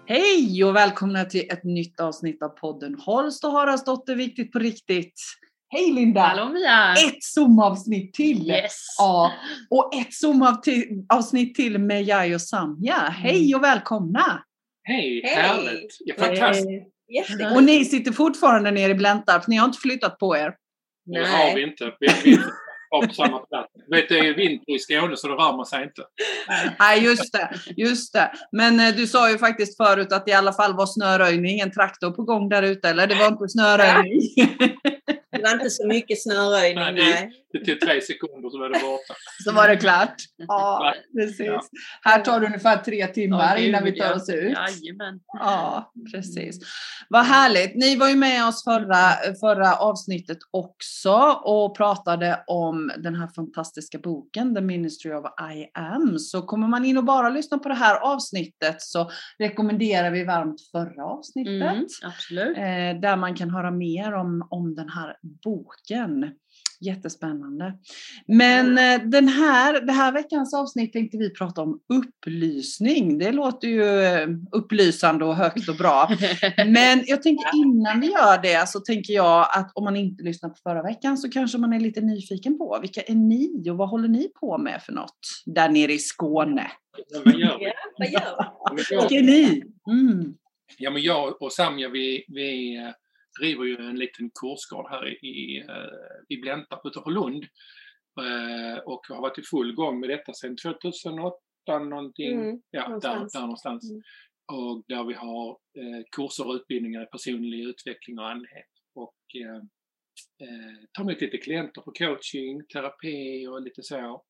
Hej och välkomna till ett nytt avsnitt av podden Holst och Haraldsdotter, viktigt på riktigt. Hej Linda! Hallå Mia! Ett Zoom-avsnitt till! Yes! Ja, och ett Zoom-avsnitt till med jag och Sanja. Hej och välkomna! Hej, härligt! Ja, fantastiskt! Och ni sitter fortfarande nere i Bläntarp, ni har inte flyttat på er? Nej. Det har vi inte. Vi är på samma plats. Vet, det är vinter i Skåne så det rör man sig inte. Nej, just det. Men du sa ju faktiskt förut att det i alla fall var snöröjning, en traktor på gång där ute, eller det var inte snöröjning? Det var inte så mycket snöröjning. Nej. Det tog 3 sekunder så var det borta. Så var det klart. Ja, precis. Ja. Här tar det ungefär 3 timmar innan vi tar oss ut. Jajamän. Ja, precis. Vad härligt. Ni var ju med oss förra avsnittet också och pratade om den här fantastiska boken The Ministry of I Am. Så kommer man in och bara lyssna på det här avsnittet så rekommenderar vi varmt förra avsnittet. Absolut. Där man kan höra mer om den här boken. Jättespännande. Men det här veckans avsnitt tänkte vi prata om upplysning. Det låter ju upplysande och högt och bra. Men jag tänker innan vi gör det så tänker jag att om man inte lyssnar på förra veckan så kanske man är lite nyfiken på vilka är ni och vad håller ni på med för något där nere i Skåne? Ja, vad gör vi? Vilka är ni? Mm. Ja, men jag och Samja vi driver ju en liten kursgård här i Bläntarp utanför Lund och har varit i full gång med detta sedan 2008 någonting, där någonstans. Och där vi har kurser och utbildningar i personlig utveckling och andlighet och tar emot lite klienter på coaching, terapi och lite så.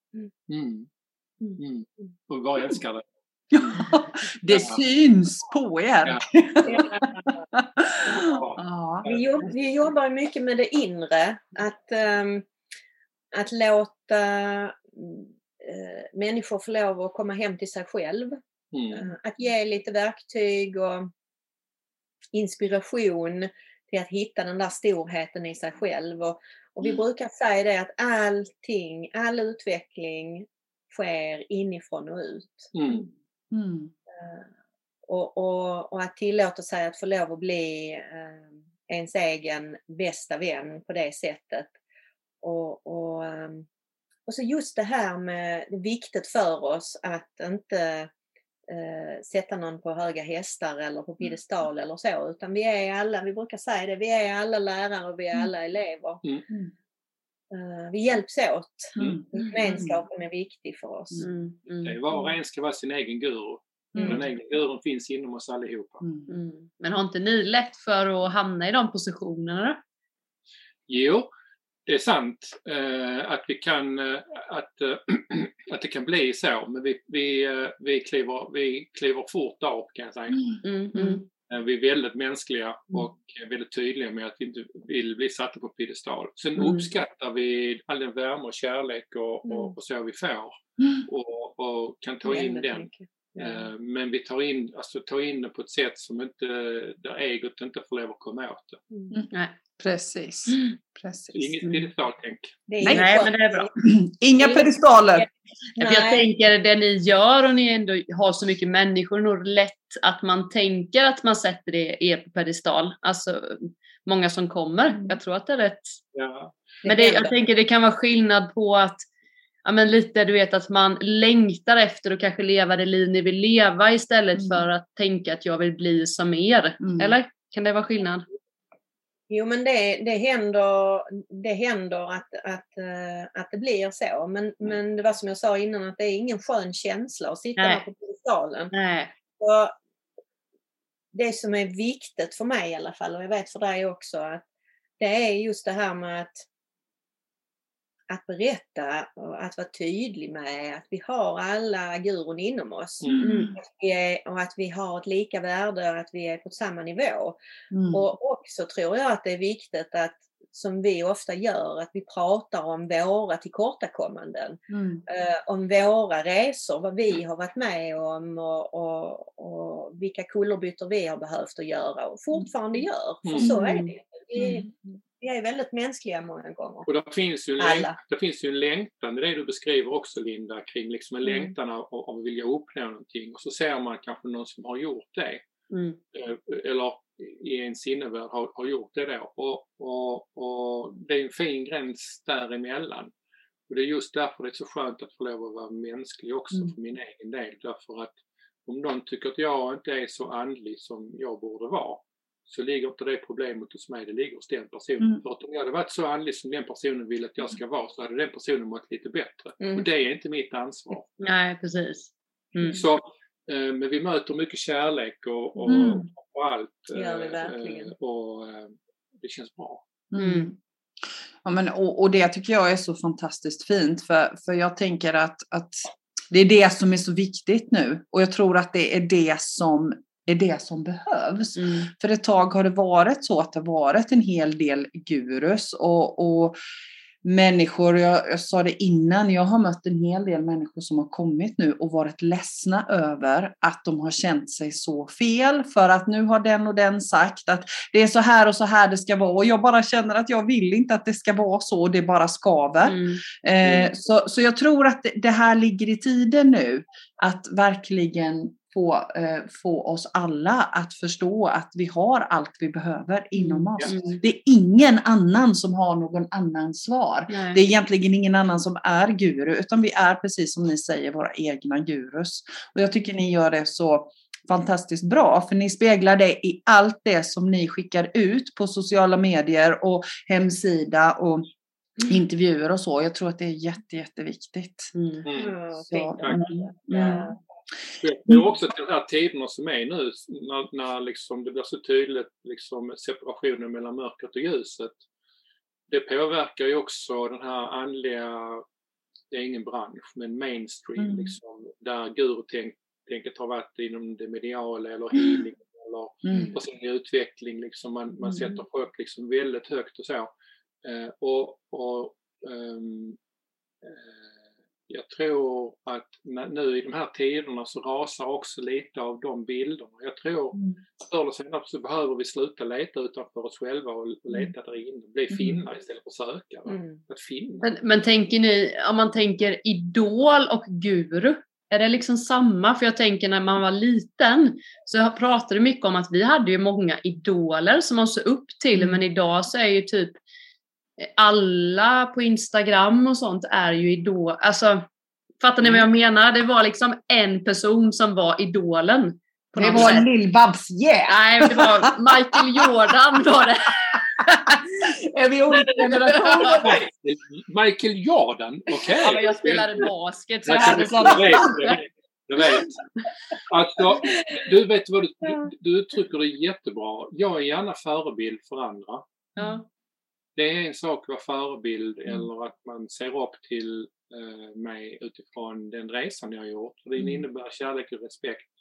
Och jag älskar det. Det syns på er. Ja. Vi jobbar mycket med det inre. Att låta människor få lov att komma hem till sig själv. Att ge lite verktyg och inspiration till att hitta den där storheten i sig själv. Och vi brukar säga det att all utveckling sker inifrån och ut. Och att tillåta sig att få lov att bli ens egen bästa vän på det sättet. Och så just det här med det är viktigt för oss att inte sätta någon på höga hästar eller på piedestal eller så, utan vi brukar säga det, vi är alla lärare och vi är alla elever. Vi hjälps åt. Gemenskapen är viktig för oss. Var och en ska vara sin egen guru. Den egen gurun finns inom oss allihopa. Men har inte ni lätt för att hamna i de positionerna då? Jo, det är sant att vi kan att det kan bli så, men vi kliver fort av, kan jag säga. Vi är väldigt mänskliga och väldigt tydliga med att vi inte vill bli satta på piedestal. Sen uppskattar vi all den värme och kärlek och så vi får och kan ta in den. Mycket. Men vi tar in det på ett sätt som inte, där egot inte får lov att komma åt det. Nej. Precis. Inget pedestaltänk. Nej, men det är bra. Inga pedestaler. Jag tänker det ni gör och ni ändå har så mycket människor, nog lätt att man tänker att man sätter er på pedestal. Alltså många som kommer. Jag tror att det är rätt. Ja. Men jag tänker det kan vara skillnad på att men lite du vet att man längtar efter att kanske leva det liv ni vill leva istället för att tänka att jag vill bli som er. Eller? Kan det vara skillnad? Jo, men det händer att det blir så. Men det var som jag sa innan, att det är ingen skön känsla att sitta här på pedestalen. Så det som är viktigt för mig i alla fall, och jag vet för dig också, att det är just det här med att berätta och att vara tydlig med att vi har alla gurun inom oss. Och att vi har ett lika värde och att vi är på samma nivå. Och också tror jag att det är viktigt att, som vi ofta gör, att vi pratar om våra tillkortakommanden. Om våra resor, vad vi har varit med om och vilka kullerbyttor vi har behövt att göra och fortfarande gör. För så är det. Vi är väldigt mänskliga många gånger. Och det finns ju en längtan, det är det du beskriver också, Linda, kring liksom en längtan av att vilja uppnå någonting. Och så ser man kanske någon som har gjort det. eller i en sinnevärld har gjort det då. Och det är en fin gräns däremellan. Och det är just därför det är så skönt att få lov att vara mänsklig också för min egen del. Därför att om någon tycker att jag inte är så andlig som jag borde vara, så ligger inte det problemet hos mig, det ligger hos den personen. För att om jag hade varit så andlig som den personen vill att jag ska vara, så hade den personen mått lite bättre. Och det är inte mitt ansvar. Nej, precis. Så, men vi möter mycket kärlek och allt. Det gör vi verkligen. Och det känns bra. Ja, men, och det tycker jag är så fantastiskt fint. För jag tänker att det är det som är så viktigt nu. Och jag tror att det är det som behövs. För ett tag har det varit så att det varit en hel del gurus och människor, jag sa det innan, jag har mött en hel del människor som har kommit nu och varit ledsna över att de har känt sig så fel, för att nu har den och den sagt att det är så här och så här det ska vara, och jag bara känner att jag vill inte att det ska vara så, och det bara skaver. Så jag tror att det här ligger i tiden nu, att verkligen få oss alla att förstå att vi har allt vi behöver inom oss. Det är ingen annan som har någon annan svar. Nej. Det är egentligen ingen annan som är guru, utan vi är, precis som ni säger, våra egna gurus. Och jag tycker ni gör det så fantastiskt bra, för ni speglar det i allt det som ni skickar ut på sociala medier och hemsida och intervjuer och så. Jag tror att det är jätteviktigt. Jag tror också att de här tiderna som är nu, när liksom det blir så tydligt liksom separationen mellan mörkret och ljuset, det påverkar ju också den här andliga, det är ingen bransch, men mainstream liksom, där gurutänket har varit inom det mediala eller healing eller personlig utveckling liksom, man sätter folk liksom väldigt högt och så. Jag tror att nu i de här tiderna så rasar också lite av de bilderna. Jag tror förr eller senare så behöver vi sluta leta utanför oss själva och leta där inne. Bli finna istället för söka. Att finna. Men tänker ni, om man tänker idol och guru, är det liksom samma? För jag tänker när man var liten så pratade mycket om att vi hade ju många idoler som man såg upp till. Men idag så är ju typ alla på Instagram och sånt är ju idol. Alltså, fattar ni vad jag menar? Det var liksom en person som var idolen. Det var Lill-Babs, Nej, det var Michael Jordan var det. Är vi olika generationer? Michael Jordan, okej. Ja, men jag spelade basket. Så jag vet. Alltså, du vet vad du uttrycker det jättebra. Jag är gärna förebild för andra. Ja. Det är en sak att vara förebild eller att man ser upp till mig utifrån den resan jag har gjort. Det innebär kärlek och respekt.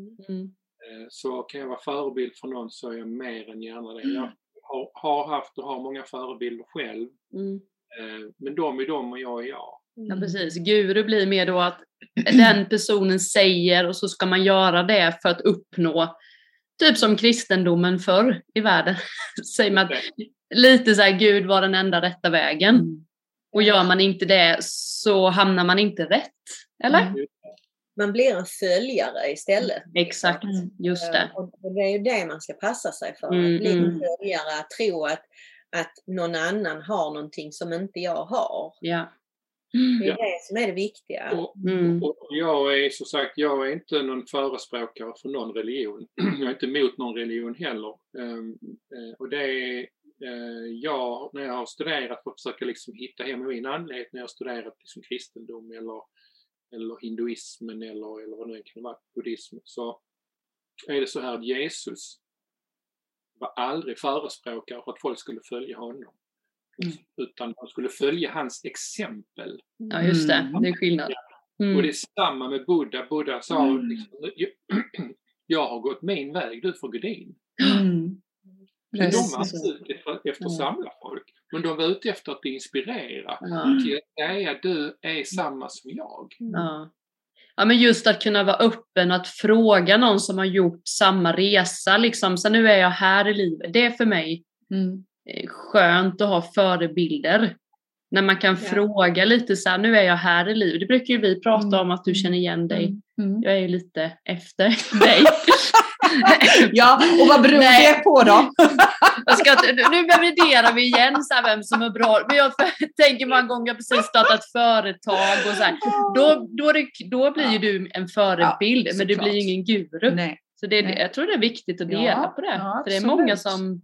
Så kan jag vara förebild för någon, så är jag mer än gärna det. Jag har haft och har många förebilder själv. Men de är de och jag är jag. Ja, precis. Guru blir mer då att den personen säger, och så ska man göra det för att uppnå, typ som kristendomen förr i världen. Säger man lite så här, Gud var den enda rätta vägen. Och gör man inte det så hamnar man inte rätt. Eller? Man blir en följare istället. Exakt, just det. Och det är ju det man ska passa sig för. Att bli en följare, att tro att någon annan har någonting som inte jag har. Ja. Det är det som är det viktiga. Och jag är, som sagt, jag är inte någon förespråkare för någon religion. Jag är inte emot någon religion heller. Och det är när jag har studerat för att försöka liksom hitta hem i min andlighet, när jag har studerat liksom kristendom eller hinduismen eller vad det nu kan vara, buddhism, så är det så här att Jesus var aldrig förespråkare för att folk skulle följa honom. Utan man skulle följa hans exempel. Ja, just det. Det är skillnad. Och det är samma med Buddha. Buddha sa liksom, jag har gått min väg, du får gå din. De var ute efter att samla folk. Men de var ute efter att inspirera. Till att säga, du är samma som jag. Ja, men just att kunna vara öppen, att fråga någon som har gjort samma resa. Liksom. Så nu är jag här i livet. Det är för mig skönt att ha förebilder. När man kan fråga lite så här, nu är jag här i livet. Det brukar ju vi prata om att du känner igen dig. Jag är ju lite efter dig. Ja, och vad beror det på då? Nu värderar vi igen så här, vem som är bra. Men jag tänker många gånger, jag precis startat företag och så här. Då blir ju du en förebild, men du blir ju ingen guru. Nej. Så jag tror det är viktigt att dela på det. För det är många som...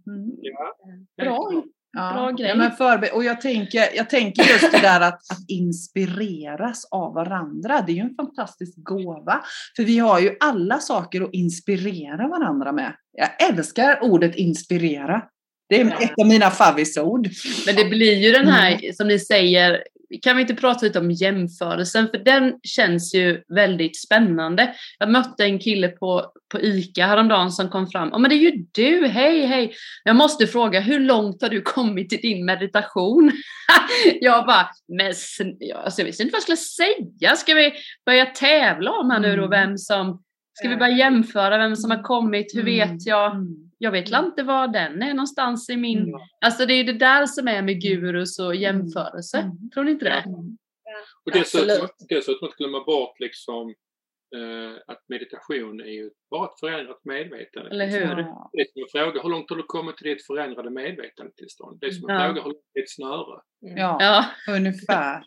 Bra grej. Men och jag tänker just det där att inspireras av varandra. Det är ju en fantastisk gåva. För vi har ju alla saker att inspirera varandra med. Jag älskar ordet inspirera. Det är ett av mina favvisord. Men det blir ju den här, som ni säger, kan vi inte prata lite om jämförelsen? För den känns ju väldigt spännande. Jag mötte en kille på ICA häromdagen som kom fram. Men det är ju du, hej. Jag måste fråga, hur långt har du kommit i din meditation? Jag bara, jag visste inte vad jag skulle säga. Ska vi börja tävla om här nu då? Ska vi börja jämföra vem som har kommit? Hur vet jag? Jag vet inte var den är någonstans i min... Alltså det är det där som är med gurus och jämförelse. Tror ni inte det? Och dessutom att glömma bort liksom att meditation är ju bara ett förändrat medvetande. Eller hur? Det är som en fråga, hur långt har du kommit till ditt förändrade medvetandetillstånd? Det är som en fråga, hur långt är ett snöre? Ja, ungefär.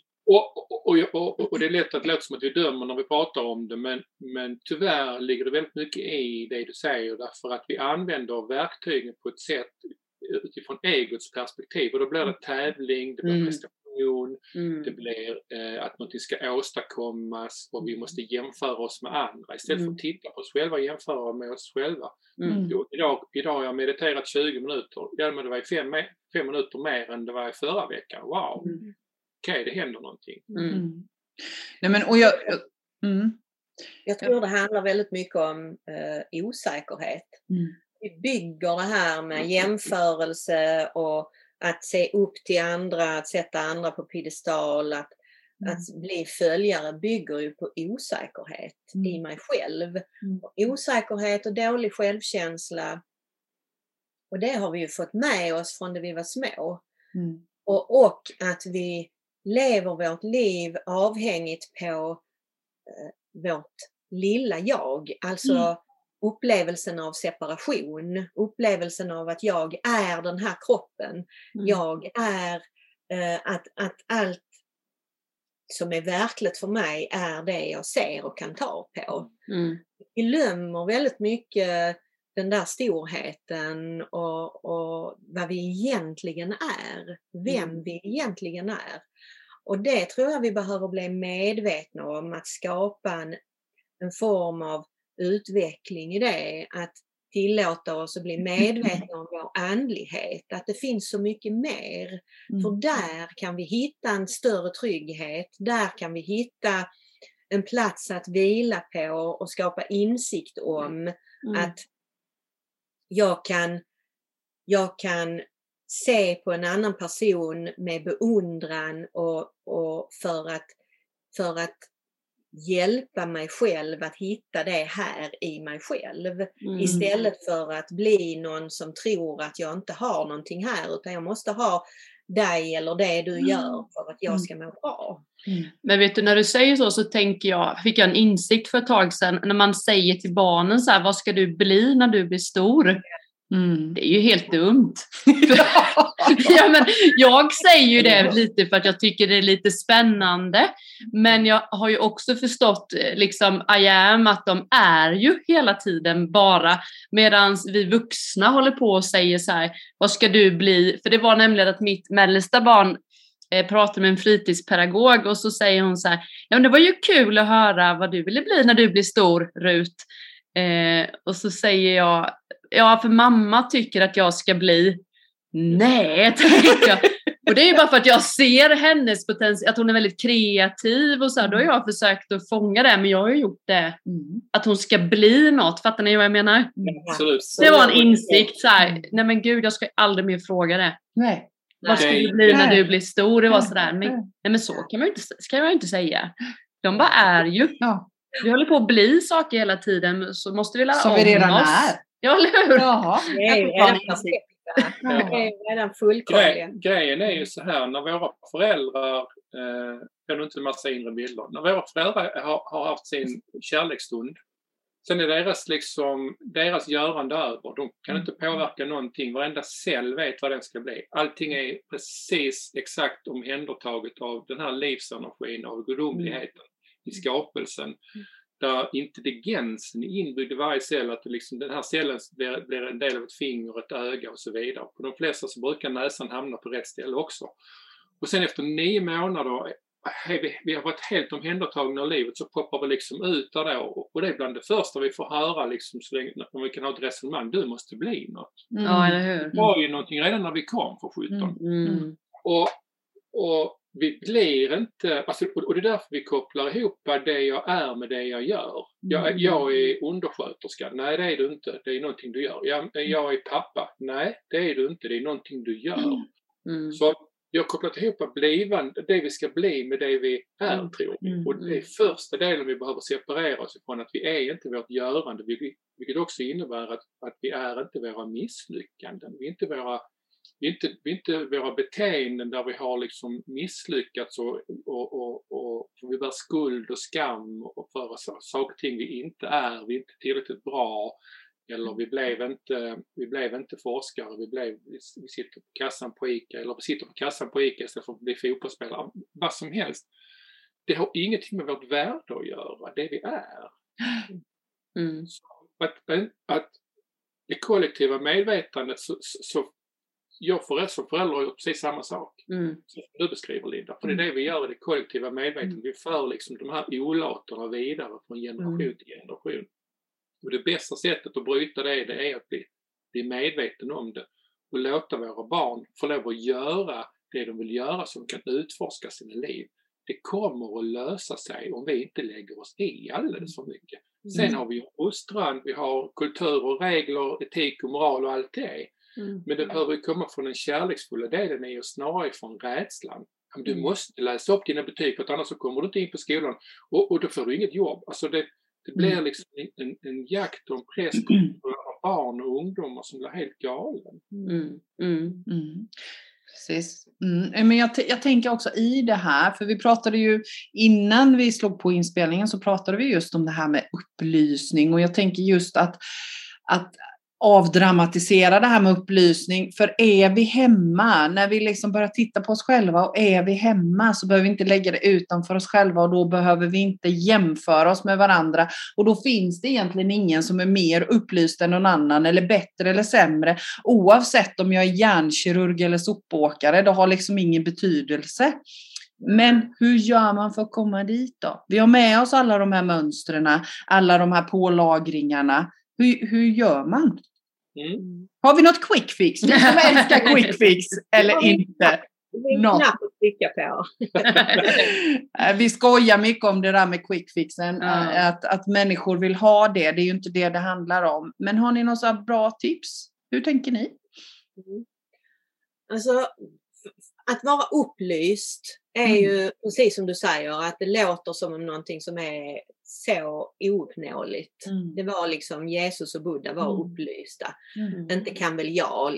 Och det är lätt att det låter som att vi dömer när vi pratar om det, men tyvärr ligger det väldigt mycket i det du säger, därför att vi använder verktygen på ett sätt utifrån egots perspektiv, och då blir det tävling, det blir prestation, det blir att något ska åstadkommas och vi måste jämföra oss med andra istället för att titta på oss själva och jämföra med oss själva. Idag har jag mediterat 20 minuter, men det var 5 minuter mer än det var i förra veckan. Wow! Okej, det händer någonting. Nej, men, Jag tror det handlar väldigt mycket om osäkerhet. Vi bygger det här med jämförelse och att se upp till andra, att sätta andra på piedestal, att bli följare bygger ju på osäkerhet i mig själv. Osäkerhet och dålig självkänsla, och det har vi ju fått med oss från det vi var små. Och att vi lever vårt liv avhängigt på vårt lilla jag. Alltså upplevelsen av separation. Upplevelsen av att jag är den här kroppen. Jag är att allt som är verkligt för mig är det jag ser och kan ta på. Vi glömmer väldigt mycket den där storheten och vad vi egentligen är. Vem vi egentligen är. Och det tror jag vi behöver bli medvetna om, att skapa en form av utveckling i det. Att tillåta oss att bli medvetna om vår andlighet. Att det finns så mycket mer. För där kan vi hitta en större trygghet. Där kan vi hitta en plats att vila på och skapa insikt om att jag kan se på en annan person med beundran och för att hjälpa mig själv att hitta det här i mig själv. Istället för att bli någon som tror att jag inte har någonting här, utan jag måste ha dig eller det du gör för att jag ska må bra. Men vet du, när du säger så tänker fick jag en insikt för ett tag sedan, när man säger till barnen så här, vad ska du bli när du blir stor? Det är ju helt dumt. Ja, men jag säger ju det lite för att jag tycker det är lite spännande. Men jag har ju också förstått liksom att de är ju hela tiden bara, medan vi vuxna håller på och säger så här, vad ska du bli? För det var nämligen att mitt mellersta barn pratade med en fritidspedagog och så säger hon så här, ja men det var ju kul att höra vad du ville bli när du blir stor, Rut. Och så säger jag, ja för mamma tycker att jag ska bli, nej tänker jag. Och det är ju bara för att jag ser hennes potential, att hon är väldigt kreativ och så här, då har jag försökt att fånga det, men jag har ju gjort det att hon ska bli något, fattar ni vad jag menar? Absolut. Det var en insikt så här, nej men gud, jag ska aldrig mer fråga det. Nej. Vad ska du bli när du blir stor? Det var sådär, men så kan man ju inte säga. De bara är ju. Ja. Vi håller på att bli saker hela tiden, så måste vi lära om oss. Som vi redan är. Ja, eller hur? Jaha. Det är redan fullkomliga. Grejen är ju så här, när våra föräldrar, jag har inte en massa inre bilder, när våra föräldrar har haft sin kärleksstund, sen är deras görande över. De kan inte påverka någonting. Varenda cell vet vad den ska bli. Allting är precis exakt omhändertaget av den här livsenergin, av gudomligheten i skapelsen. Där intelligensen är inbyggd i varje cell, att den här cellen blir en del av ett finger, ett öga och så vidare. På de flesta så brukar näsan hamna på rätt ställe också. Och sen efter 9 månader, vi har varit helt omhändertagna av livet, så poppar vi ut där då. Och det är bland det första vi får höra så länge, om vi kan ha ett resonemang, du måste bli något. Ja, eller hur? Det var ju någonting redan när vi kom för 17. Och vi blir inte, och det är därför vi kopplar ihop det jag är med det jag gör. Jag är undersköterska. Nej, det är du inte. Det är någonting du gör. Jag är pappa. Nej, det är du inte. Det är någonting du gör. Så jag har kopplat ihop det vi ska bli med det vi är, tror jag. Och det är första delen vi behöver separera oss ifrån, att vi är inte vårt görande, vilket också innebär att vi är inte våra misslyckanden. Vi är inte våra beteenden där vi har misslyckats och vi bär skuld och skam och för saker och ting vi inte är. Vi är inte tillräckligt bra. Eller vi blev inte forskare, vi sitter på kassan på ICA, eller vi sitter på kassan på ICA istället för att bli fotbollsspelare. Vad som helst. Det har ingenting med vårt värde att göra, det vi är. Så att det kollektiva medvetandet, så jag som förälder har gjort precis samma sak som du beskriver, Linda. För det är det vi gör i det kollektiva medvetandet. Vi för de här olaterna vidare från generation till generation. Och det bästa sättet att bryta det är att bli medveten om det och låta våra barn få lov att göra det de vill göra, som kan utforska sina liv. Det kommer att lösa sig om vi inte lägger oss i alldeles för mycket. Sen har vi fostran, vi har kultur och regler, etik och moral och allt det. Men det behöver komma från den kärleksfulla delen, är ju snarare från rädslan. Du måste läsa upp dina betyg, för annars så kommer du inte in på skolan och då får du inget jobb. Alltså det blir en jakt och en press på barn och ungdomar som blir helt galen. Precis. Men jag tänker också i det här, för vi pratade ju innan vi slog på inspelningen, så pratade vi just om det här med upplysning, och jag tänker just att avdramatisera det här med upplysning. För är vi hemma, när vi börjar titta på oss själva, och är vi hemma, så behöver vi inte lägga det utanför oss själva, och då behöver vi inte jämföra oss med varandra, och då finns det egentligen ingen som är mer upplyst än någon annan, eller bättre eller sämre, oavsett om jag är hjärnkirurg eller sopåkare. Det har ingen betydelse. Men hur gör man för att komma dit då? Vi har med oss alla de här mönstren, alla de här pålagringarna. Hur gör man? Har vi något quick fix? Vi som älskar quick fix eller inte? Det är knappt att trycka på. Vi skojar mycket om det där med quick fixen. Att människor vill ha det. Det är ju inte det handlar om. Men har ni några bra tips? Hur tänker ni? Alltså, att vara upplyst är ju precis som du säger, att det låter som om någonting som är så ouppnåeligt. Det var Jesus och Buddha var upplysta. Inte kan väl jag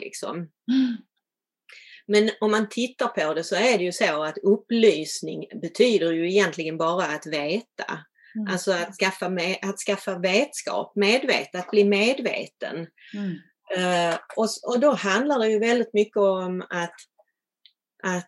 Men om man tittar på det, så är det ju så att upplysning betyder ju egentligen bara att veta. Alltså att skaffa vetskap, att bli medveten. Och då handlar det ju väldigt mycket om att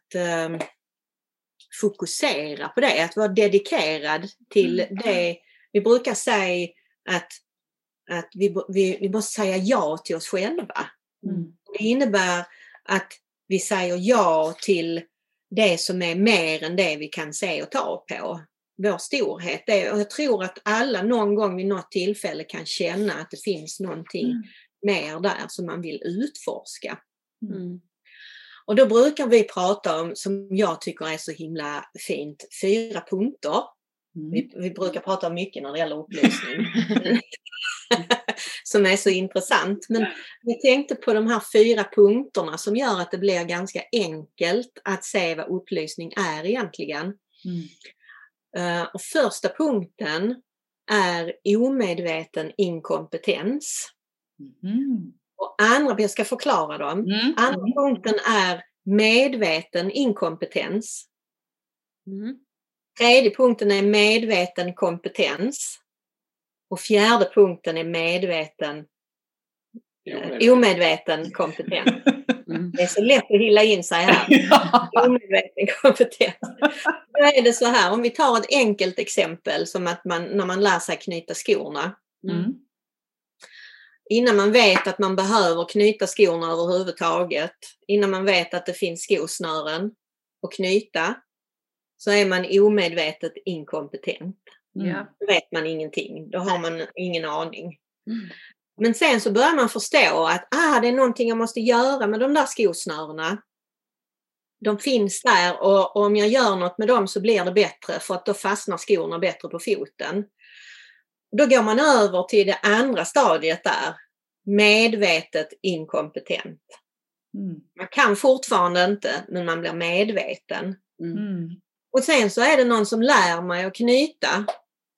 fokusera på det, att vara dedikerad till det. Vi brukar säga att vi måste säga ja till oss själva. Det innebär att vi säger ja till det som är mer än det vi kan se och ta på. Vår storhet. Och jag tror att alla någon gång vid något tillfälle kan känna att det finns någonting mer där som man vill utforska. Och då brukar vi prata om, som jag tycker är så himla fint, 4 punkter. Vi brukar prata om mycket när det gäller upplysning. Som är så intressant. Men vi tänkte på de här 4 punkterna som gör att det blir ganska enkelt att se vad upplysning är egentligen. Och första punkten är omedveten inkompetens. Och jag ska förklara dem. Andra punkten är medveten inkompetens. Tredje punkten är medveten kompetens. Och fjärde punkten är omedveten kompetens. Det är så lätt att hylla in sig här. Omedveten kompetens. Då är det så här, om vi tar ett enkelt exempel som att när man lär sig knyta skorna. Innan man vet att man behöver knyta skorna överhuvudtaget, innan man vet att det finns skosnören att knyta, så är man omedvetet inkompetent. Då vet man ingenting, då har man ingen aning. Men sen så börjar man förstå att det är någonting jag måste göra med de där skosnörena. De finns där och om jag gör något med dem så blir det bättre, för att då fastnar skorna bättre på foten. Då går man över till det andra stadiet där. Medvetet inkompetent. Man kan fortfarande inte, men man blir medveten. Och sen så är det någon som lär mig att knyta.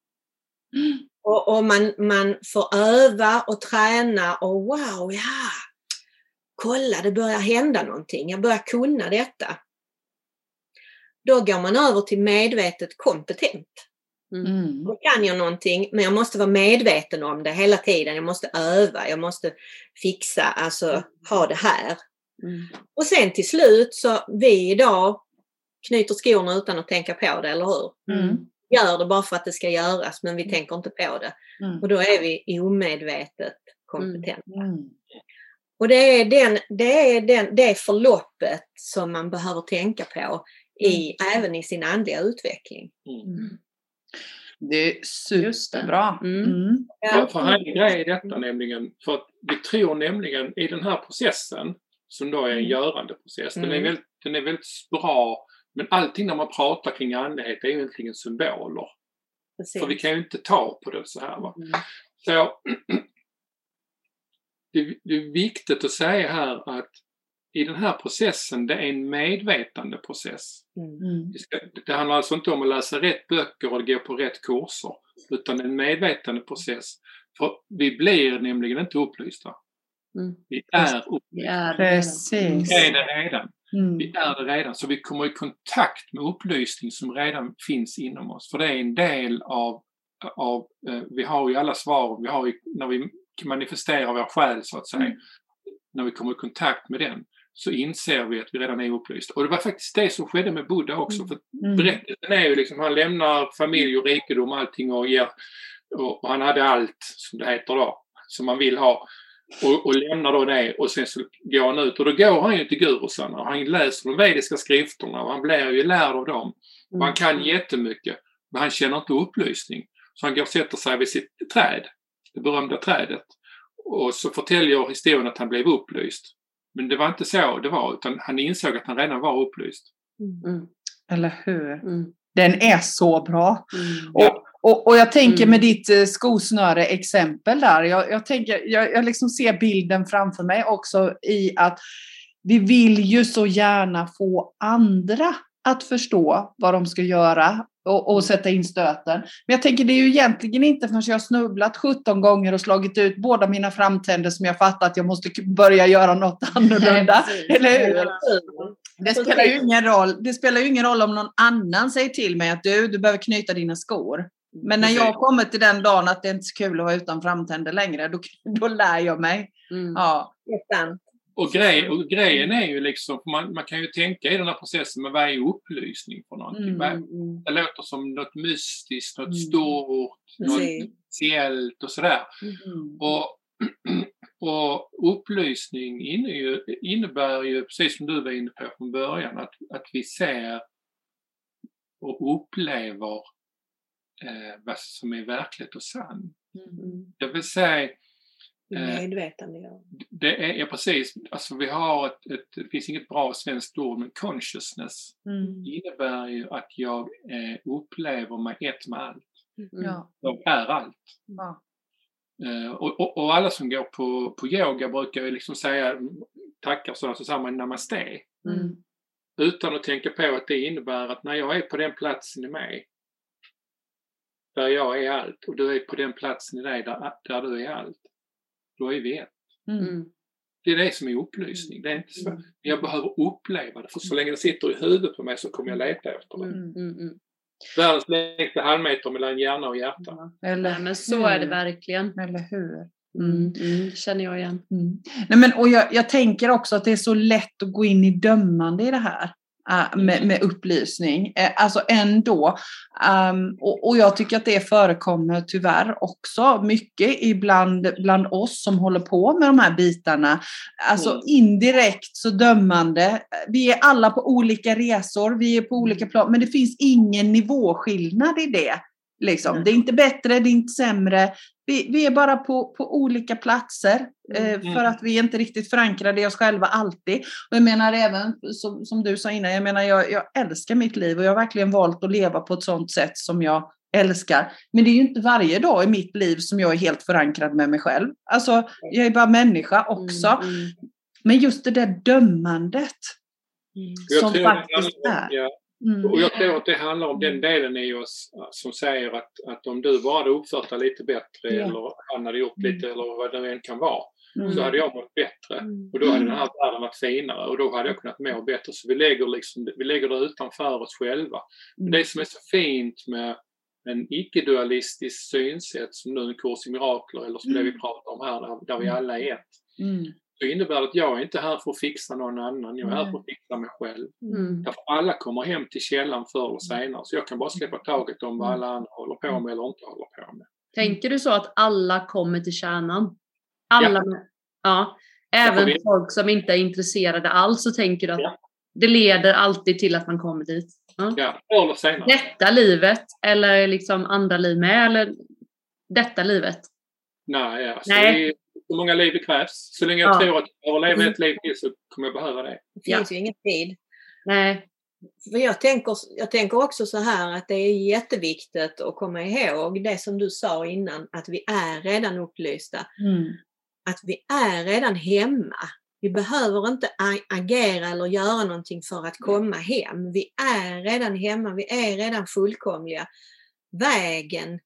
Och man får öva och träna och wow, kolla, det börjar hända någonting. Jag börjar kunna detta. Då går man över till medvetet kompetent. Då kan jag någonting, men jag måste vara medveten om det hela tiden. Jag måste öva, jag måste fixa, alltså ha det här. Och sen till slut så vi idag knyter skorna utan att tänka på det, eller hur? Gör det bara för att det ska göras, men vi tänker inte på det. Och då är vi omedvetet kompetent. Och det är förloppet som man behöver tänka på även i sin andliga utveckling. Det är superbra. Ja, för här är grej i detta nämligen, för att vi tror nämligen i den här processen, som då är en görande process, den är väldigt bra, men allting när man pratar kring andlighet är egentligen symboler. Precis. För vi kan ju inte ta på det så här. Va? Så det är viktigt att säga här att i den här processen, det är en medvetande process. Det handlar alltså inte om att läsa rätt böcker och gå på rätt kurser, utan en medvetande process. För vi blir nämligen inte upplysta. Vi är upplysta. Precis. Vi är det redan. Vi är det redan. Så vi kommer i kontakt med upplysning som redan finns inom oss. För det är en del av vi har ju alla svar, vi har ju, när vi manifesterar vår själ så att säga, när vi kommer i kontakt med den, så inser vi att vi redan är upplysta. Och det var faktiskt det som skedde med Buddha också. För berättelsen är ju liksom, han lämnar familj och rikedom och allting och han hade allt, som det heter då, som man vill ha. Och lämnar då det, och sen så går han ut. Och då går han ju till gurusarna och han läser de vediska skrifterna och han blir ju lärd av dem. Och han kan jättemycket, men han känner inte upplysning. Så han går och sätter sig vid sitt träd, det berömda trädet. Och så förtäljer historien att han blev upplyst. Men det var inte så det var, utan han insåg att han redan var upplyst. Eller hur? Den är så bra. Och jag tänker med ditt skosnöre-exempel där. Jag liksom ser bilden framför mig också i att vi vill ju så gärna få andra att förstå vad de ska göra och sätta in stöten. Men jag tänker det är ju egentligen inte förrän jag har snubblat 17 gånger och slagit ut båda mina framtänder som jag fattar att jag måste börja göra något annorlunda. Eller hur? Det spelar ju ingen roll om någon annan säger till mig att du behöver knyta dina skor. Men när jag kommer till den dagen att det inte är så kul att vara utan framtänder längre, då lär jag mig. Ja. Och grejen är ju liksom, man kan ju tänka i den här processen, men vad är upplysning för någonting? Det låter som något mystiskt, något stort, något speciellt och sådär. Och upplysning innebär ju, precis som du var inne på från början, att vi ser och upplever vad som är verkligt och sant. Det vill säga medvetande, det är precis, alltså vi har det finns inget bra svenskt ord, men consciousness innebär ju att jag upplever mig ett med allt. Jag är allt. Och alla som går på yoga brukar ju liksom säga tackar så säger man namaste. Utan att tänka på att det innebär att när jag är på den platsen i mig där jag är allt, och du är på den platsen i dig där du är allt, då är vi ett. Det är det som är upplysning. Det är inte så. Jag behöver uppleva det. För så länge det sitter i huvudet på mig så kommer jag leta efter det. Världens längsta halvmeter mellan hjärna och hjärta. Eller men så är det verkligen. Eller hur? Känner jag igen. Nej, men, och jag tänker också att det är så lätt att gå in i dömande i det här. Med upplysning. Alltså ändå. Och jag tycker att det förekommer tyvärr också mycket bland oss som håller på med de här bitarna. Alltså indirekt så dömande. Vi är alla på olika resor. Vi är på olika plan. Men det finns ingen nivåskillnad i det. Liksom. Det är inte bättre, det är inte sämre. Vi är bara på olika platser för att vi är inte riktigt förankrade i oss själva alltid. Och jag menar även, som du sa innan, jag menar jag älskar mitt liv och jag har verkligen valt att leva på ett sånt sätt som jag älskar. Men det är ju inte varje dag i mitt liv som jag är helt förankrad med mig själv. Alltså, jag är bara människa också. Men just det där dömandet som faktiskt är. Och jag tror att det handlar om den delen i oss som säger att om du bara hade uppfört dig lite bättre eller han hade gjort lite eller vad det än kan vara så hade jag mått bättre och då hade den här världen varit finare och då hade jag kunnat må bättre. Så vi lägger det utanför oss själva. Det som är så fint med en icke-dualistisk synsätt som nu en kurs i mirakler eller som det vi pratar om här där vi alla är ett. Så innebär det att jag är inte här för att fixa någon annan. Jag är här för att fixa mig själv. Därför alla kommer hem till källan förr eller senare. Så jag kan bara släppa taget om vad alla andra håller på med eller inte håller på med. Tänker du så att alla kommer till kärnan? Alla? Ja. Även folk som inte är intresserade alls så tänker du att det leder alltid till att man kommer dit? Ja, förr eller senare. Detta livet eller liksom andra liv med? Eller detta livet? Nej, alltså nej. Hur många liv det krävs. Så länge jag tror att jag överlever ett liv till så kommer jag behöva det. Det finns ju ingen tid. Nej. För jag tänker också så här att det är jätteviktigt att komma ihåg det som du sa innan. Att vi är redan upplysta. Att vi är redan hemma. Vi behöver inte agera eller göra någonting för att komma hem. Vi är redan hemma. Vi är redan fullkomliga. Vägen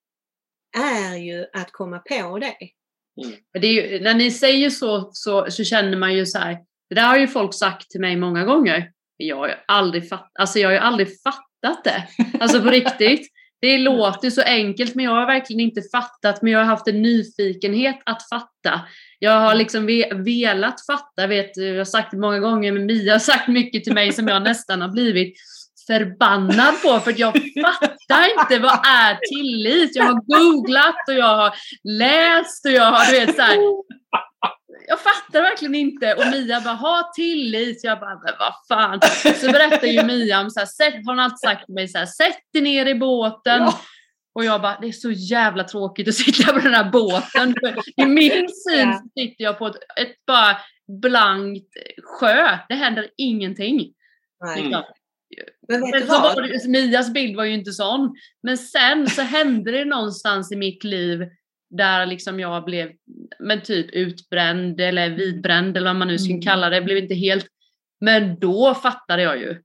är ju att komma på det. Det är ju, när ni säger så känner man ju så här. Det där har ju folk sagt till mig många gånger. Jag har ju aldrig fattat det. Alltså på riktigt. Det låter så enkelt men jag har verkligen inte fattat. Men jag har haft en nyfikenhet att fatta. Jag har liksom velat fatta. Jag har sagt det många gånger men Mia har sagt mycket till mig som jag nästan har blivit förbannad på för att jag fattar inte vad är tillit. Jag har googlat och jag har läst och jag har, du vet så här. Jag fattar verkligen inte. Och Mia bara, ha tillit. Jag bara, men vad fan. Så berättar ju Mia om så här, har hon alltid sagt till mig så här, sätt dig ner i båten. Och jag bara, det är så jävla tråkigt att sitta på den här båten. För i min syn sitter jag på ett bara blankt sjö. Det händer ingenting. Nej. Men Mias bild var ju inte sån. Men sen så hände det någonstans i mitt liv där liksom jag blev typ utbränd eller vidbränd eller vad man nu ska kalla det. Blev inte helt. Men då fattade jag ju.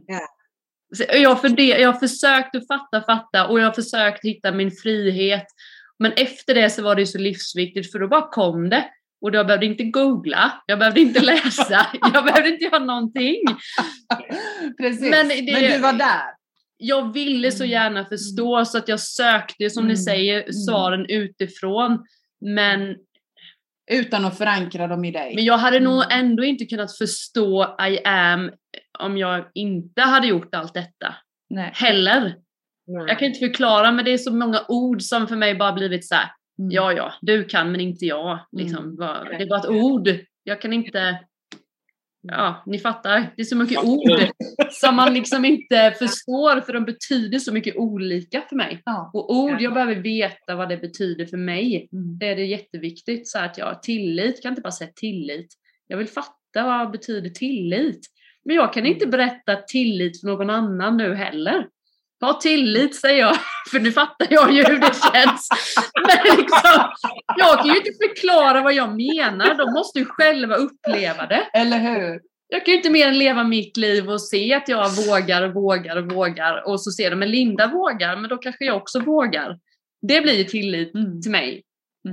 Så jag har försökt att fatta och jag har försökt hitta min frihet. Men efter det så var det så livsviktigt för då bara kom det. Och jag behövde inte googla, jag behövde inte läsa, jag behövde inte göra någonting. Precis, men du var där. Jag ville så gärna förstå så att jag sökte, som ni säger, svaren utifrån. Men utan att förankra dem i dig. Men jag hade nog ändå inte kunnat förstå I am om jag inte hade gjort allt detta. Nej. Heller. Nej. Jag kan inte förklara, men det är så många ord som för mig bara blivit så här. Ja, du kan men inte jag. Liksom, det är bara ett ord. Jag kan inte... Ja, ni fattar. Det är så mycket ord som man liksom inte förstår för de betyder så mycket olika för mig. Ja. Och ord, jag behöver veta vad det betyder för mig. Det är jätteviktigt. Så att jag tillit, kan inte bara säga tillit. Jag vill fatta vad betyder tillit. Men jag kan inte berätta tillit för någon annan nu heller. Ha tillit, säger jag. För nu fattar jag ju hur det känns. Men liksom, jag kan ju inte förklara vad jag menar. De måste ju själva uppleva det. Eller hur? Jag kan ju inte mer än leva mitt liv och se att jag vågar. Och så ser de, men Linda vågar. Men då kanske jag också vågar. Det blir ju tillit till mig.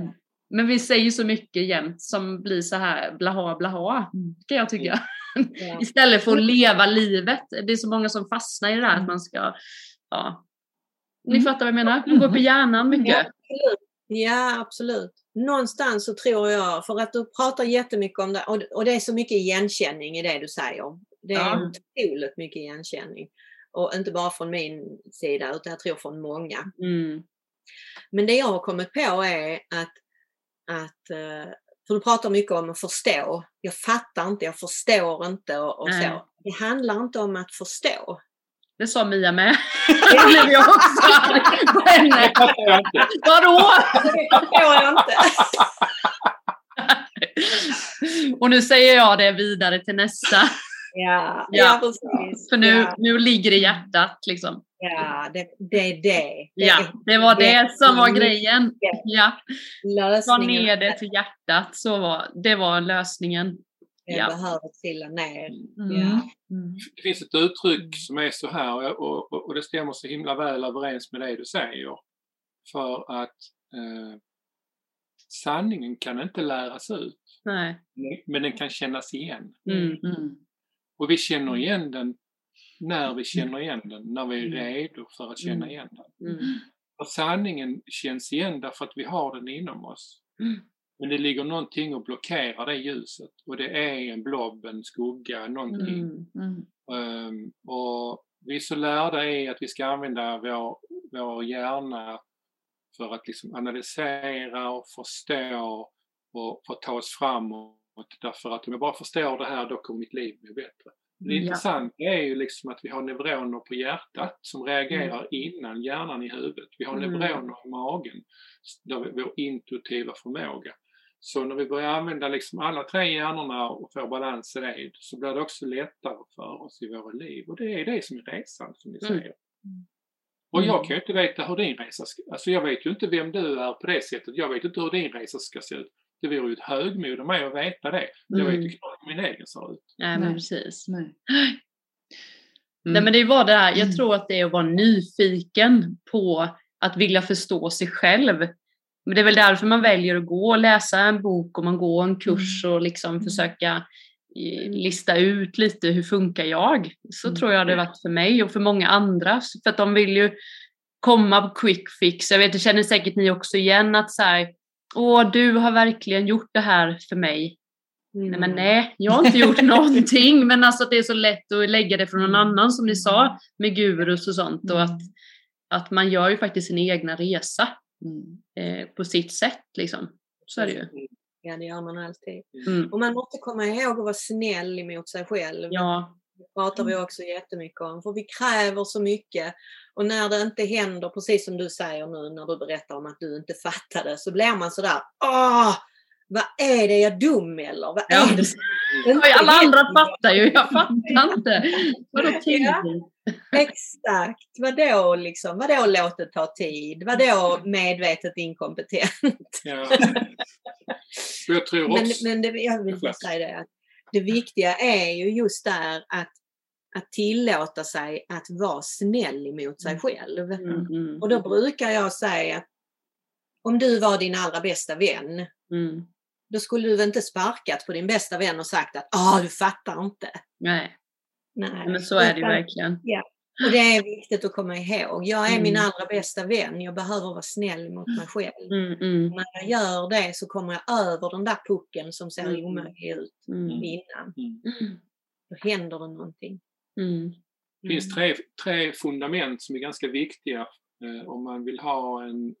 Men vi säger så mycket jämt som blir så här blaha blaha, kan jag tycka. Ja. Istället för att leva livet. Det är så många som fastnar i det här att man ska, Ni fattar vad jag menar? Man går på hjärnan mycket. Ja, absolut. Någonstans så tror jag, för att du pratar jättemycket om det, och det är så mycket igenkänning i det du säger. Det är otroligt mycket igenkänning. Och inte bara från min sida, utan jag tror från många. Men det jag har kommit på är att för du pratar mycket om att förstå. Jag fattar inte, jag förstår inte och så. Det handlar inte om att förstå. Det sa Mia med. Det blev jag också. Det fattar jag inte. Vadå? Det förstår jag inte. Och nu säger jag det vidare till nästa. Ja, precis. För nu ligger det i hjärtat liksom. Ja, det är det. Det var det som var grejen. Ja. Ta ner det Lösningen. till hjärtat. Det var lösningen. Det behöver trilla ner. Det finns ett uttryck som är så här och det stämmer så himla väl överens med det du säger. För att sanningen kan inte läras ut. Nej. Men den kan kännas igen. Och vi känner igen den när vi känner igen den. När vi är redo för att känna igen den. Och sanningen känns igen därför att vi har den inom oss. Men det ligger någonting och blockerar det ljuset. Och det är en blob, en skugga, någonting. Och vi är så lärda i att vi ska använda vår hjärna för att liksom analysera och förstå och för att ta oss framåt. Därför att om jag bara förstår det här, då kommer mitt liv bli bättre. Det intressanta är ju liksom att vi har neuroner på hjärtat som reagerar innan hjärnan i huvudet. Vi har neuroner i magen, där vår intuitiva förmåga. Så när vi börjar använda liksom alla tre hjärnorna och får balans i det, så blir det också lättare för oss i våra liv. Och det är det som är resan, som ni säger. Och jag kan ju inte veta hur din resa ska... Alltså jag vet ju inte vem du är på det sättet. Jag vet inte hur din resa ska se ut. Det vore ju ett högmod av mig att veta det. Jag vet ju knappt hur min egen ser ut. Nej, men precis. Nej, men det var det här. Jag tror att det är att vara nyfiken på att vilja förstå sig själv. Men det är väl därför man väljer att gå och läsa en bok och man går en kurs och liksom försöka lista ut lite hur funkar jag. Så tror jag det har varit för mig och för många andra. För att de vill ju komma på quick fix. Jag vet, det känner säkert ni också igen att så här, du har verkligen gjort det här för mig. Nej, men nej, jag har inte gjort någonting. Men alltså att det är så lätt att lägga det från någon annan som ni sa med gurus och sånt. Och att man gör ju faktiskt sin egna resa på sitt sätt liksom. Så är det ju. Ja, det gör man alltid. Och man måste komma ihåg att vara snäll emot sig själv. Ja. Det pratar vi också jättemycket om. För vi kräver så mycket. Och när det inte händer, precis som du säger nu när du berättar om att du inte fattade, så blir man sådär, vad är det, jag är dum eller? Vad är det? Alla andra fattar ju, jag fattar inte. Vadå tid? Exakt. Vadå liksom? Vadå låt det ta tid? Vadå medvetet inkompetent? Ja. Jag tror också... Men jag vill bara säga det, att det viktiga är ju just där att tillåta sig att vara snäll emot sig själv. Och då brukar jag säga att om du var din allra bästa vän, då skulle du väl inte sparkat på din bästa vän och sagt att du fattar inte. Nej. Men så är det ju verkligen. Ja. Och det är viktigt att komma ihåg. Jag är min allra bästa vän. Jag behöver vara snäll mot mig själv. När jag gör det så kommer jag över den där pucken som ser omöjlig ut innan. Då händer det någonting. Det finns tre fundament som är ganska viktiga om man vill ha en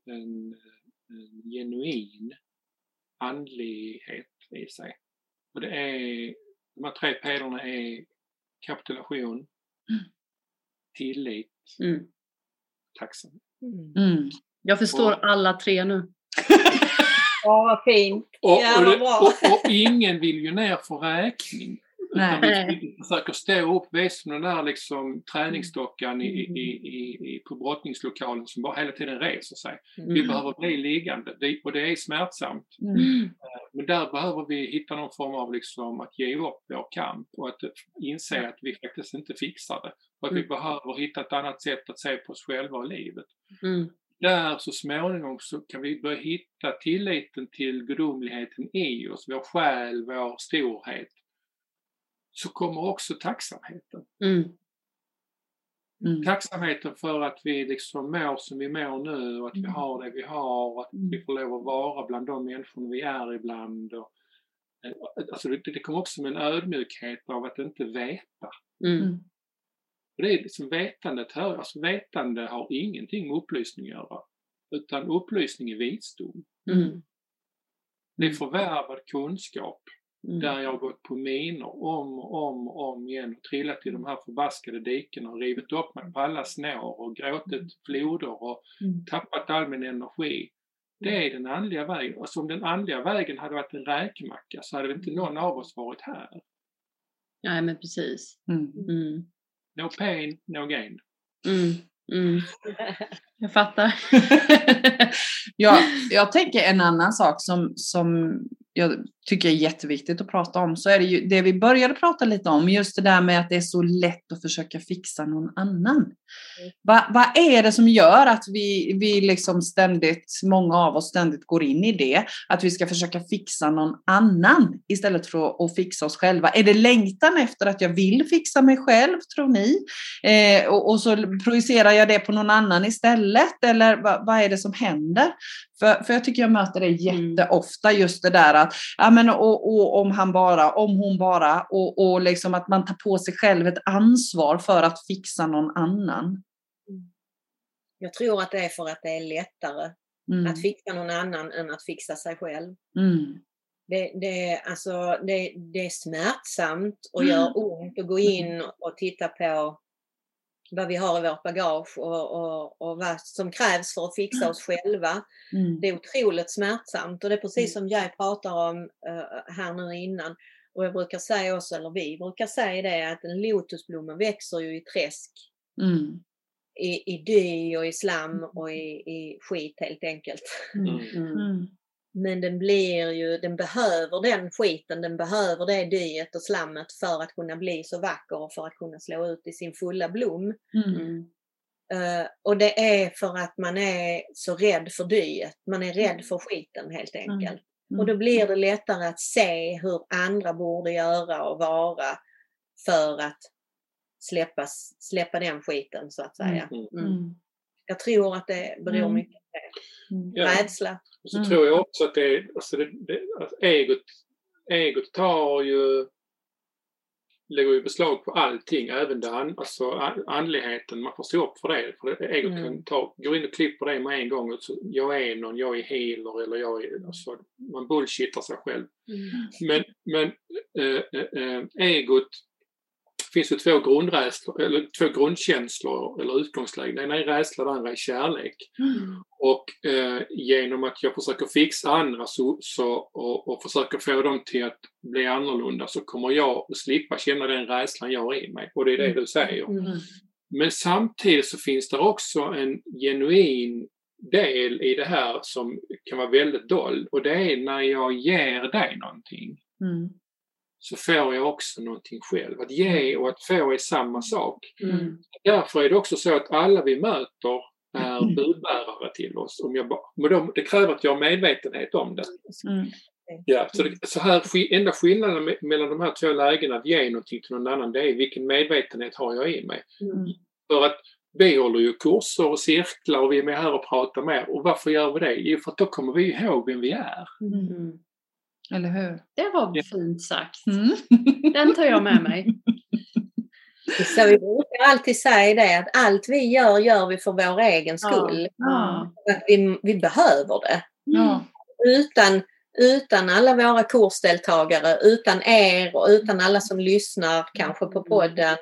genuin andlighet i sig. Och det är, de här tre pelarna är kapitulation, tillit, tacksamhet. Jag förstår alla tre nu. Vad fint. Och ingen vill ju ner för räkning. Vi försöker stå upp vid den där liksom träningsdockan på brottningslokalen som bara hela tiden reser sig. Vi behöver bli liggande och det är smärtsamt. Men där behöver vi hitta någon form av liksom att ge upp vår kamp och att inse att vi faktiskt inte fixar det. Och att vi behöver hitta ett annat sätt att se på oss själva och livet. där så småningom så kan vi börja hitta tilliten till gudomligheten i oss, vår själ, vår storhet. Så kommer också tacksamheten. Tacksamheten för att vi liksom mår som vi mår nu och att vi har det vi har och att vi får lov att vara bland de människor vi är ibland. Och, alltså det kommer också med en ödmjukhet av att inte veta. Och det är liksom vetande har ingenting med upplysning att göra, utan upplysning är visdom. Det är förvärvad kunskap. Där jag har gått på minor om igen och trillat i de här förbaskade diken och rivit upp mig på alla snår och gråtit floder och tappat all min energi. Det är den andliga vägen. Alltså om den andliga vägen hade varit en räkmacka så hade inte någon av oss varit här. Nej, men precis. No pain, no gain. Jag fattar. Jag tänker en annan sak som jag tycker är jätteviktigt att prata om, så är det ju det vi började prata lite om, just det där med att det är så lätt att försöka fixa någon annan. Vad är det som gör att vi liksom många av oss ständigt går in i det, att vi ska försöka fixa någon annan istället för att fixa oss själva? Är det längtan efter att jag vill fixa mig själv, tror ni? Och så projicerar jag det på någon annan istället, eller vad är det som händer? För jag tycker jag möter det jätteofta, just det där att om hon bara och liksom att man tar på sig själv ett ansvar för att fixa någon annan. Jag tror att det är för att det är lättare att fixa någon annan än att fixa sig själv. Det är smärtsamt och gör ont att gå in och titta på vad vi har i vårt bagage och vad som krävs för att fixa oss själva. Det är otroligt smärtsamt, och det är precis som jag pratar om här nu innan. Och jag brukar säga också, eller vi brukar säga det, att en lotusblomma växer ju i träsk. I dy och i slam och i skit helt enkelt. Men den behöver den skiten, den behöver det dyet och slammet för att kunna bli så vacker och för att kunna slå ut i sin fulla blom. Och det är för att man är så rädd för dyet, man är rädd för skiten helt enkelt. Och då blir det lättare att se hur andra borde göra och vara för att släppa den skiten, så att säga. Jag tror att det beror mycket på det. Rädsla. Och så tror jag också att egot lägger ju beslag på allting, även andligheten. Man får stå upp för det. För egot kan gå in och klippa det med en gång. Och så, jag är någon, jag är healer, eller man bullshittar sig själv. Men egot finns det två grundkänslor eller utgångslägen. Den är rädsla, den andra är kärlek. Och genom att jag försöker fixa andra och försöker få dem till att bli annorlunda, så kommer jag att slippa känna den rädslan jag har i mig. Och det är det du säger. Men samtidigt så finns det också en genuin del i det här som kan vara väldigt dold. Och det är när jag ger dig någonting. Så får jag också någonting själv. Att ge och att få är samma sak. Därför är det också så att alla vi möter är budbärare till oss. Men det kräver att jag har medvetenhet om det. Ja, så här, enda skillnaden mellan de här två lägena, att ge någonting till någon annan, det är vilken medvetenhet har jag i mig. För att vi håller ju kurser och cirklar och vi är med här och pratar med. Och varför gör vi det? Jo, för att då kommer vi ihåg vem vi är. Eller hur? Det var fint sagt. Den tar jag med mig. Så vi brukar alltid säga det, att allt vi gör vi för vår egen skull. Att vi behöver det. Utan alla våra kursdeltagare, utan er och utan alla som lyssnar kanske på podden.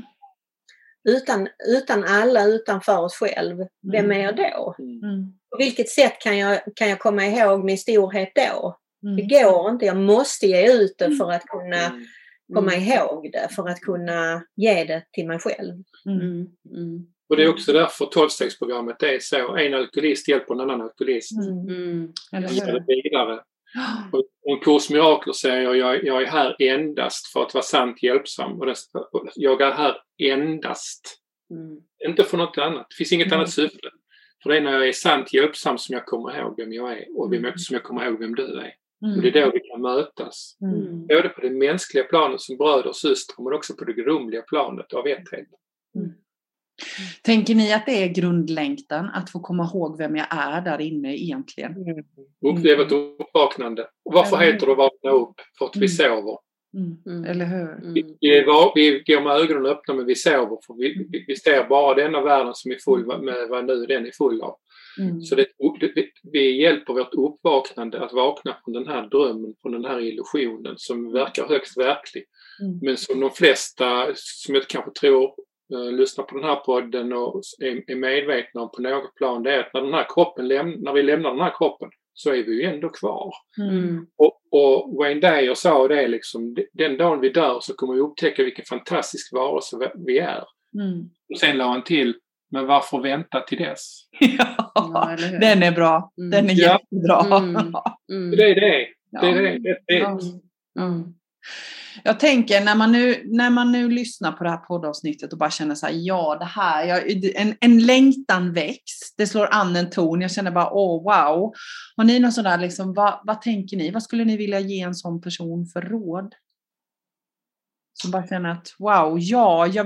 Utan alla utanför oss själv. Vem är jag då? På vilket sätt kan jag komma ihåg min storhet då? Det går inte, jag måste ge ut det för att kunna komma ihåg det, för att kunna ge det till mig själv. Och det är också därför 12-stegsprogrammet är så. En alkoholist hjälper en annan alkoholist. Eller vidare. Och en kurs mirakler säger jag är här endast för att vara sant hjälpsam. Och jag är här endast. Inte för något annat. Det finns inget annat syfte. För det är när jag är sant hjälpsam som jag kommer ihåg vem jag är och som jag kommer ihåg vem du är. Och det är då vi kan mötas. Både på det mänskliga planet som bröder och systrar, men också på det gudomliga planet av etthet. Tänker ni att det är grundlängtan att få komma ihåg vem jag är där inne egentligen? Uppleva ett uppvaknande. Och varför heter det att vakna upp? För att vi sover. Eller hur? Vi går med ögonen öppna, men vi sover. För vi ser bara denna världen som är full med vad nu den är full av. Så vi hjälper vårt uppvaknande att vakna från den här drömmen, från den här illusionen som verkar högst verklig. Men som de flesta, som jag kanske tror lyssnar på den här podden och är medvetna om på något plan, det är att när vi lämnar den här kroppen så är vi ju ändå kvar. Och Wayne Dyer sa det liksom, den dagen vi dör så kommer vi upptäcka vilken fantastisk varelse vi är. Och sen la han till, men varför vänta till dess? Ja, den är bra. Den är jättebra. Det är det. Jag tänker när man nu lyssnar på det här poddavsnittet och bara känner så här, det här, en längtan väcks, det slår an en ton, jag känner bara, wow. Har ni någon sån där liksom, vad tänker ni? Vad skulle ni vilja ge en sån person för råd? Som bara känner att, wow, jag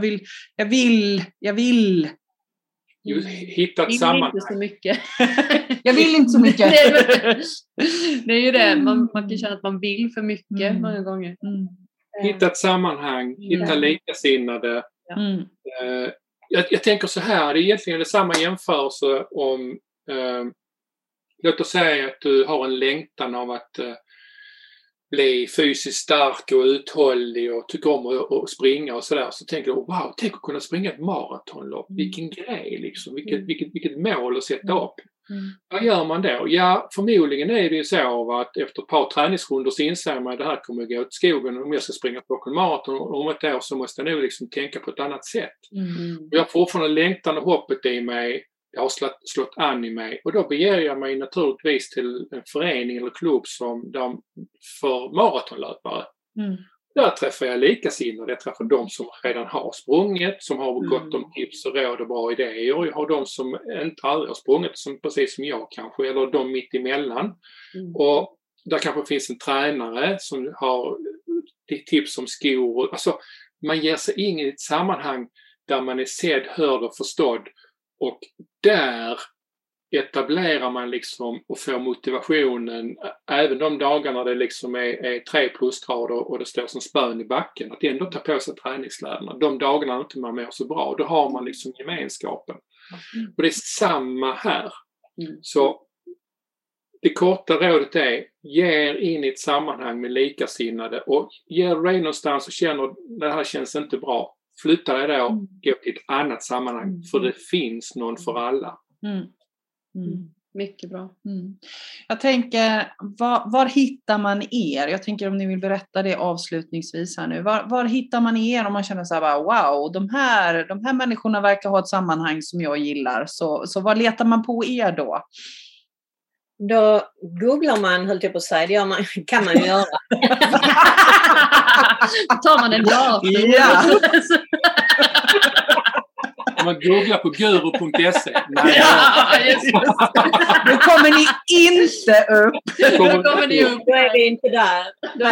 vill. Hitta ett sammanhang. Inte så mycket. Jag vill inte så mycket. Det är ju det. Man kan känna att man vill för mycket många gånger. Hitta ett sammanhang. Hitta likasinnade. Jag tänker så här. Det är egentligen samma jämförelse om låt oss säga att du har en längtan av att bli fysiskt stark och uthållig och tycker om att springa och sådär, så tänker du, wow, tänk att kunna springa ett maratonlopp. Vilken grej liksom, vilket mål att sätta upp. Vad gör man då? Ja, förmodligen är det ju så att efter ett par träningsrundor så inser man att det här kommer att gå åt skogen om jag ska springa på en maraton, och om ett år så måste jag nog liksom tänka på ett annat sätt. Och jag har fortfarande längtan och hoppet i mig. Jag har slått an i mig, och då beger jag mig naturligtvis till en förening eller klubb för maratonlöpare. Där träffar jag likasinnade. Jag träffar de som redan har sprungit, som har gott om tips och råd och bra idéer. Och jag har de som inte aldrig har sprungit, precis som jag kanske, eller de mitt emellan. Och där kanske finns en tränare som har tips om skor. Alltså, man ger sig in i ett sammanhang där man är sedd, hörd och förstådd. Och där etablerar man liksom och får motivationen även de dagarna det liksom är 3 plusgrader och det står som spön i backen, att ändå ta på sig träningskläderna. De dagarna inte man mår så bra, då har man liksom gemenskapen. Och det är samma här. Så det korta rådet är, ge er in i ett sammanhang med likasinnade, och ger dig någonstans och känner det här känns inte bra. Flytta dig då och gå till ett annat sammanhang, för det finns någon för alla. Mycket bra. Jag tänker, var hittar man er? Jag tänker om ni vill berätta det avslutningsvis här nu. Var hittar man er om man känner så här, wow, de här människorna verkar ha ett sammanhang som jag gillar. Så var letar man på er då? Då googlar man, höll jag på att säga, kan man göra. Då tar man en dator. Ja. Man googlar på guru.se. Då kommer ni inte upp. Då är vi inte där.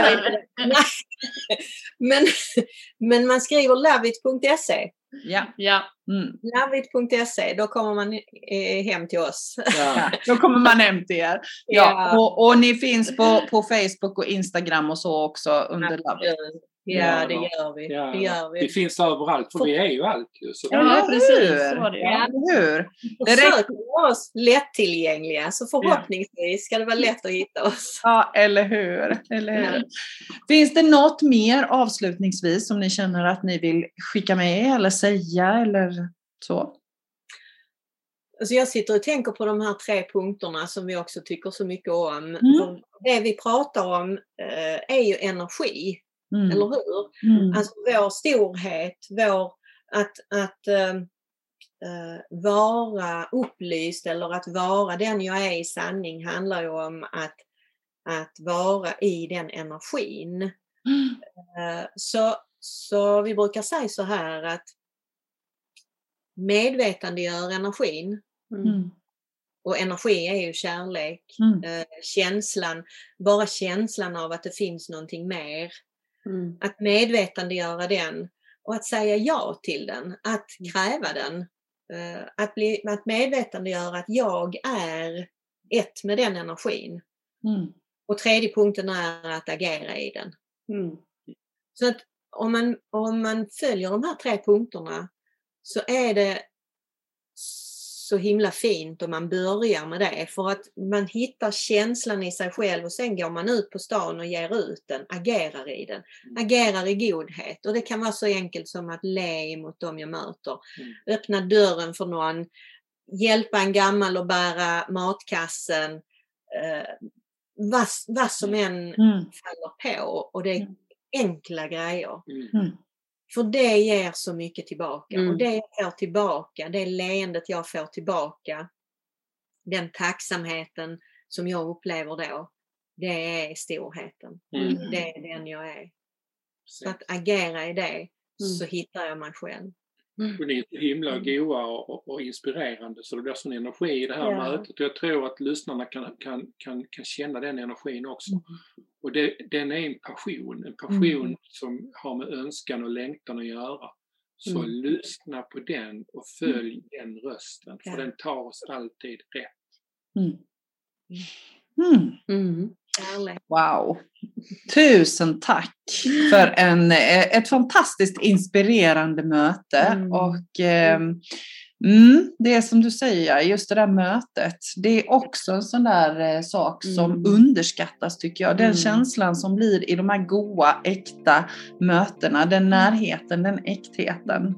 Men man skriver loveit.se. Ja. Loveit.se, då kommer man hem till oss. Ja. Då kommer man hem till er. Ja. Och ni finns på Facebook och Instagram och så också under Loveit. Ja, det gör vi. Ja. Det gör vi. Vi finns överallt, för vi är ju allt. Så. Ja, precis. Hur? Det räcker oss lättillgängliga, så förhoppningsvis ska det vara lätt att hitta oss. Ja, eller hur? Finns det något mer avslutningsvis som ni känner att ni vill skicka med eller säga eller så? Alltså jag sitter och tänker på de här 3 punkterna som vi också tycker så mycket om. Det vi pratar om är ju energi. Eller hur? Alltså vår storhet, att vara upplyst eller att vara den jag är i sanning handlar ju om att vara i den energin. Så vi brukar säga så här att medvetandegör energin. Och energi är ju kärlek. Bara känslan av att det finns någonting mer. Att medvetandegöra den och att säga ja till den, att kräva den. Att medvetandegöra att jag är ett med den energin. Och tredje punkten är att agera i den. Så att om man följer de här 3 punkterna så är det så himla fint om man börjar med det. För att man hittar känslan i sig själv och sen går man ut på stan och ger ut den, agerar i den. Agerar i godhet. Och det kan vara så enkelt som att le mot dem jag möter. Öppna dörren för någon. Hjälpa en gammal att bära matkassen. Vad som än faller på. Och det är enkla grejer. För det ger så mycket tillbaka. Och det jag får tillbaka, det leendet jag får tillbaka, den tacksamheten som jag upplever då, det är storheten. Det är den jag är. Så att agera i det, så hittar jag mig själv. Och ni är så himla goa och inspirerande, så det blir sån energi i det här mötet. Och jag tror att lyssnarna kan känna den energin också. Och den är en passion som har med önskan och längtan att göra. Så lyssna på den och följ den rösten, för den tar oss alltid rätt. Wow. Tusen tack för ett fantastiskt inspirerande möte. Och det är som du säger, just det där mötet, det är också en sån där sak som underskattas, tycker jag. Den känslan som blir i de här goa, äkta mötena, den närheten, den äktheten.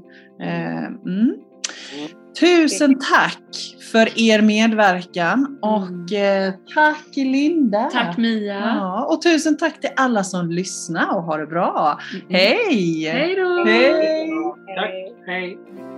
Tusen tack för er medverkan och tack Linda. Tack Mia. Ja, och tusen tack till alla som lyssnar och har det bra. Hej! Hej då! Hej! Tack, hej!